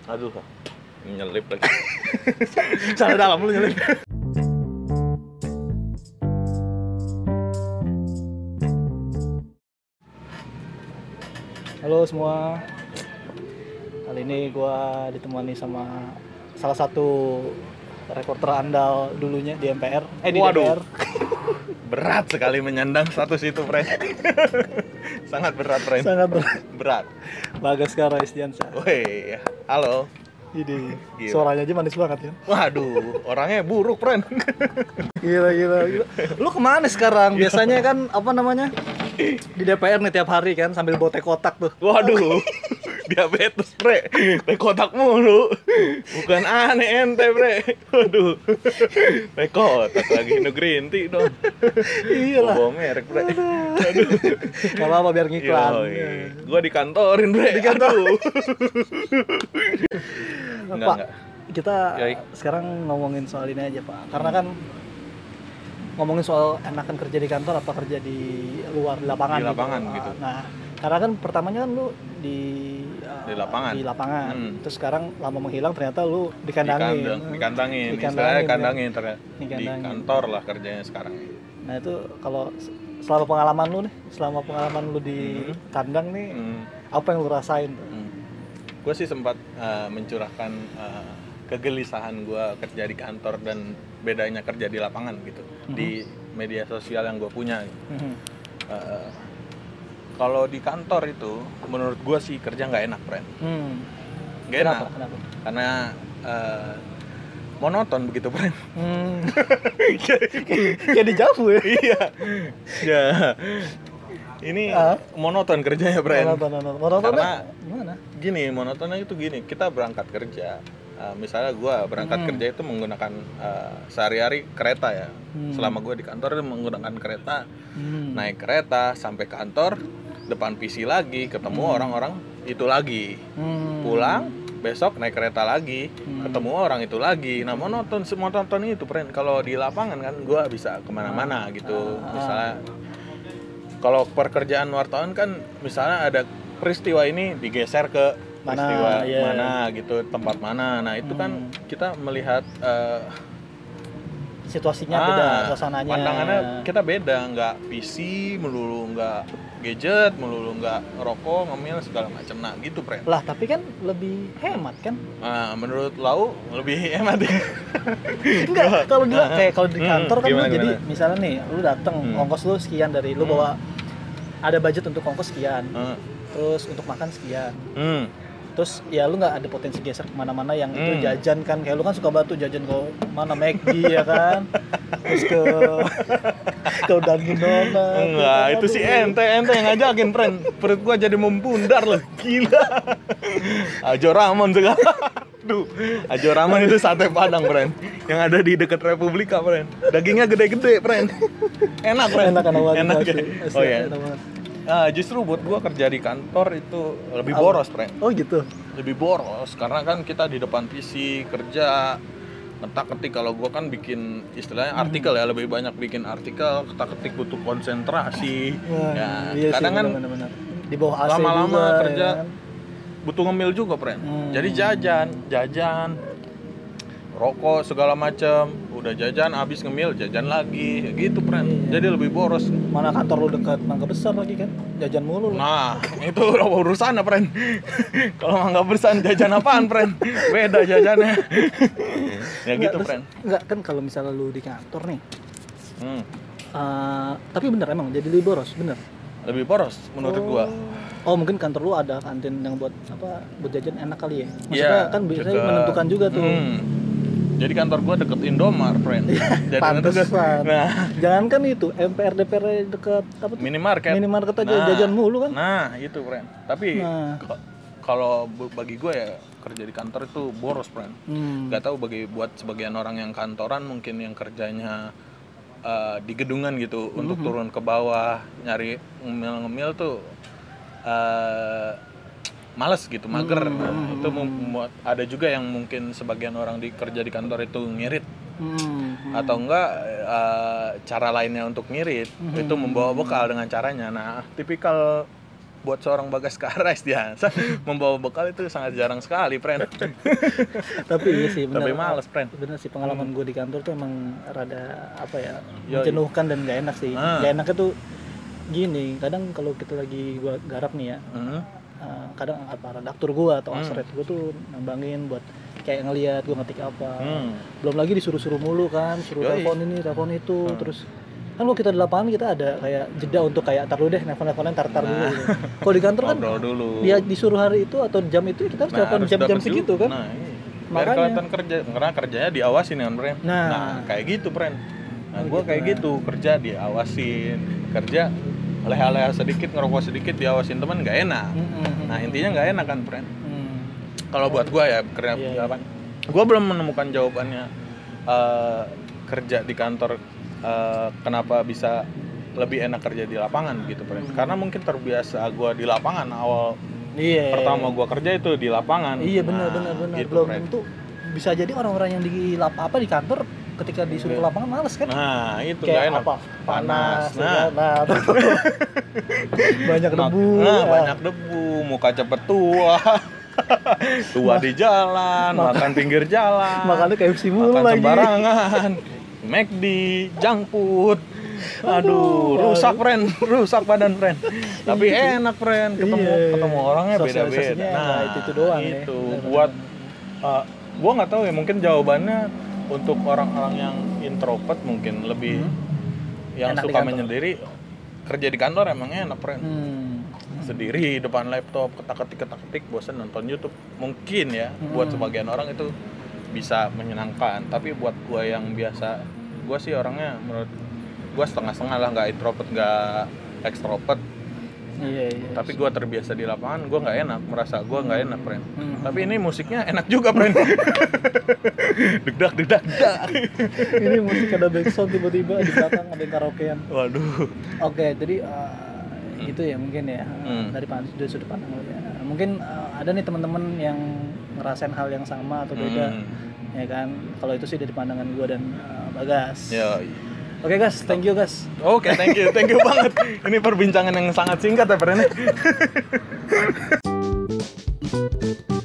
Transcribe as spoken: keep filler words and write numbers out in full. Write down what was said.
Aduh, nyelip lagi. Cara dalam lu nyelip. Halo semua. Kali ini gua ditemani sama salah satu reporter andal dulunya di M P R. Eh di Waduh. D P R. Berat sekali menyandang status itu, Fred. Sangat berat, Fred. Sangat berat. Berat. Bagaskar Raisdiansyah. Woi, halo. Ini Gila. suaranya aja manis banget ya. Waduh, orangnya buruk, Fred. Gila, gila, gila. Lu kemana sekarang? Biasanya kan apa namanya? Di D P R nih tiap hari kan sambil bawa teh kotak tuh. Waduh. Diabetes, Bre. Teh kotak mulu. Bukan aneh ente, Bre. Waduh. Teh kotak lagi no green tea dong. Iyalah. Bawa merek, Bre. Aduh. Enggak apa-apa biar ngiklan. Yoi. Gua dikantorin, Bre. Aduh. Enggak, Pak, enggak. kita Yoi. sekarang ngomongin soal ini aja, Pak. Karena kan ngomongin soal enakan kerja di kantor apa kerja di luar di lapangan, Di lapangan gitu. Nah, karena kan pertamanya kan lu di uh, Di lapangan. Di lapangan. Hmm. Terus sekarang lama menghilang ternyata lu dikandangin. Dikandang, dikandangin, Dikandangin, istilahnya kan? kandangin ternyata. Di Dikandangin. kantor lah kerjanya sekarang. Nah, itu kalau selama pengalaman lu nih, selama pengalaman lu di Hmm. kandang nih, Hmm. apa yang lu rasain tuh? Hmm. Gue sih sempat uh, mencurahkan uh, kegelisahan gue kerja di kantor dan bedanya kerja di lapangan gitu, Mm-hmm. di media sosial yang gue punya. Mhm. Uh, kalau di kantor itu, menurut gue sih kerja nggak enak, friend. Hmm. Nggak enak, Kenapa? Kenapa? karena uh, monoton begitu, friend. Hmm. Kayak di Javu ya. Iya, ya. Ini Ah? monoton kerjanya, friend. Monoton, monoton. Monotonnya Karena gimana? gini, monotonnya itu gini, kita berangkat kerja, uh, misalnya gue berangkat Hmm. kerja itu menggunakan uh, sehari-hari kereta ya. Hmm. Selama gue di kantor itu menggunakan kereta, Hmm. naik kereta sampai kantor, depan P C lagi, ketemu Hmm. orang-orang itu lagi, Hmm. pulang, besok naik kereta lagi, Hmm. ketemu orang itu lagi. Nah, monoton, monoton itu, friend. Kalau di lapangan kan gue bisa kemana-mana gitu, Ah. misalnya. Kalau pekerjaan wartawan kan misalnya ada peristiwa ini digeser ke Mana, peristiwa iya. mana gitu, tempat mana. Nah, itu kan Hmm. kita melihat uh, Situasinya ah, beda, suasananya. pandangannya kita beda, nggak P C melulu, nggak gadget melulu, nggak rokok, ngemil segala macam. Nah, gitu, friend. Lah, tapi kan lebih hemat kan? Nah, menurut Lau lebih hemat ya. Enggak, kalau di kayak kalau di Hmm, kantor kan gimana, lu jadi gimana? misalnya nih, lu dateng, Hmm. ongkos lu sekian dari lu Hmm. bawa ada budget untuk ongkos sekian. Hmm. Terus untuk makan sekian. Hmm. Terus ya lu nggak ada potensi geser kemana-mana yang itu Hmm. jajan kan, kayak lu kan suka batu jajan ke mana McD ya kan, terus ke ke Dunkin Donut. Enggak, itu sih ente, ente yang ngajakin, friend. Perut gua jadi membundar loh, gila. Ajo Ramon segala. Duh, Ajo Ramon itu sate Padang, friend. Yang ada di dekat Republika, friend. Dagingnya gede-gede, friend. Enak, friend. Enak kan awalnya Enak, pasti. ya? Asli, Oh iya. enak banget. Ah, justru buat gua kerja di kantor itu lebih Apa? boros, friend. Oh gitu. Lebih boros karena kan kita di depan P C kerja, ketik-ketik. Kalau gua kan bikin istilahnya Hmm. artikel ya, lebih banyak bikin artikel, ketik-ketik butuh konsentrasi. Wah, Ya, iya sih, kadang kan benar-benar. Di bawah A C lama-lama juga, kerja ya kan? butuh ngemil juga, friend. Hmm. Jadi jajan, jajan, rokok segala macam. Udah jajan, habis ngemil, jajan lagi, gitu, friend. Iya. Jadi lebih boros. Mana kantor lu dekat Mangga Besar lagi kan, jajan mulu lu. Nah, itu urusan friend. Kalau nggak berusaha jajan apaan, friend? Beda jajannya. Ya Nggak, gitu, terus- friend. Nggak, kan kalau misalnya lu di kantor nih, Hmm. eh, tapi bener emang jadi lebih boros, bener. Lebih boros menurut Oh. gua. Oh mungkin kantor lu ada kantin yang buat apa, buat jajan enak kali ya. Maksudnya Iya, kan biasanya deket. menentukan juga tuh. Hmm. Jadi kantor gua deket Indomart, friend. Jadi Pantesan. Nah, Jangan kan itu M P R D P R deket apa tuh? minimarket. Minimarket aja jajan mulu kan. Nah, itu, friend. Tapi Nah. k- kalau bu- bagi gua ya kerja di kantor itu boros, friend. Hmm. Gak tahu bagi buat sebagian orang yang kantoran mungkin yang kerjanya uh, di gedungan gitu, Mhm. untuk turun ke bawah nyari ngemil-ngemil tuh uh, males gitu, mager. Mhm. Nah, itu membuat ada juga yang mungkin sebagian orang di kerja di kantor itu ngirit, Hmm. atau enggak uh, cara lainnya untuk ngirit Mhm. itu membawa bekal dengan caranya. Nah, tipikal buat seorang Bagas Karastiansa membawa bekal itu sangat jarang sekali, friend. Tapi iya sih benar. Tapi males, friend. Bener sih, pengalaman gue di kantor tuh emang rada apa ya, Yoi. menjenuhkan dan gak enak sih. Ah. Gak enaknya tuh gini, kadang kalau kita lagi gua garap nih ya, Hmm. uh, kadang apa redaktur gue atau Hmm. asret gue tuh nambangin buat kayak ngelihat gue ngetik apa. Hmm. Belum lagi disuruh-suruh mulu kan, suruh Yoi. telepon ini, telepon itu, Hmm. terus kan kalau kita di lapangan kita ada kayak jeda untuk kayak tar dulu deh, nelfon-nelfonan tar-tar dulu Nah. gitu. Kalau di kantor kan Ngobrol dulu. dia disuruh hari itu atau jam itu kita harus Nah, telepon harus jam-jam dapet segitu juga. kan. Nah, iya. Biar Makanya. kelihatan kerja, karena kerjanya diawasin kan, friend. Nah. Nah, kayak gitu, friend. Nah, Oh, gua gitu. kayak gitu, kerja diawasin, kerja leha-leha sedikit, ngerokok sedikit diawasin teman nggak enak. Mm-mm. Nah, intinya nggak enak kan, friend. Hmm. Kalau buat gua ya, kerja Iya, iya. apa? Gua belum menemukan jawabannya eh, kerja di kantor eh, kenapa bisa lebih enak kerja di lapangan gitu, friend. Karena mungkin terbiasa gua di lapangan awal Iya. pertama gua kerja itu di lapangan. Iya benar Nah, benar benar. gitu, Belum friend. tentu bisa jadi orang-orang yang di lap apa di kantor ketika disuruh ke lapangan males kan? Nah, itu nggak Kayak enak. apa? Panas. ya Nah, kan? Nah, tuh. banyak Nah, debu. Nah, ya. banyak debu, muka cepet tua. Tua di jalan, makan pinggir jalan. Makannya K F C mulu makan lagi. sembarangan. McD, junk food. Aduh, rusak, friend. Rusak badan, friend. Tapi enak, friend. Ketemu Iya. ketemu orangnya beda-beda. Sosialisasinya Nah, itu itu doang ya. itu Benar, buat uh, gua nggak tahu ya, mungkin jawabannya untuk orang-orang yang introvert mungkin lebih yang Enak di suka kantor. menyendiri, kerja di kantor emang enak, friend. Hmm. Sendiri depan laptop, ketak-ketik ketak-ketik, bosan nonton YouTube. Mungkin ya buat sebagian orang itu bisa menyenangkan, tapi buat gua yang biasa, gua sih orangnya menurut gua setengah-setengah lah, nggak introvert nggak ekstrovert, Iya iya. tapi gua terbiasa di lapangan, gua nggak enak, merasa gua nggak enak, friend. Hmm. Tapi ini musiknya enak juga, friend. Degdak degdak degdak. Ini musik ada backsound tiba-tiba di belakang ada yang karaokean. Waduh. Oke, jadi uh, itu ya mungkin ya Hmm. dari, pan- dari sudut pandang lo ya. Mungkin uh, ada nih teman-teman yang ngerasain hal yang sama atau beda, Hmm. ya kan? Kalau itu sih dari pandangan gua dan uh, Bagas. Ya. Oke guys, thank you guys. Oke, thank you, thank you banget. Ini perbincangan yang sangat singkat ya, friend.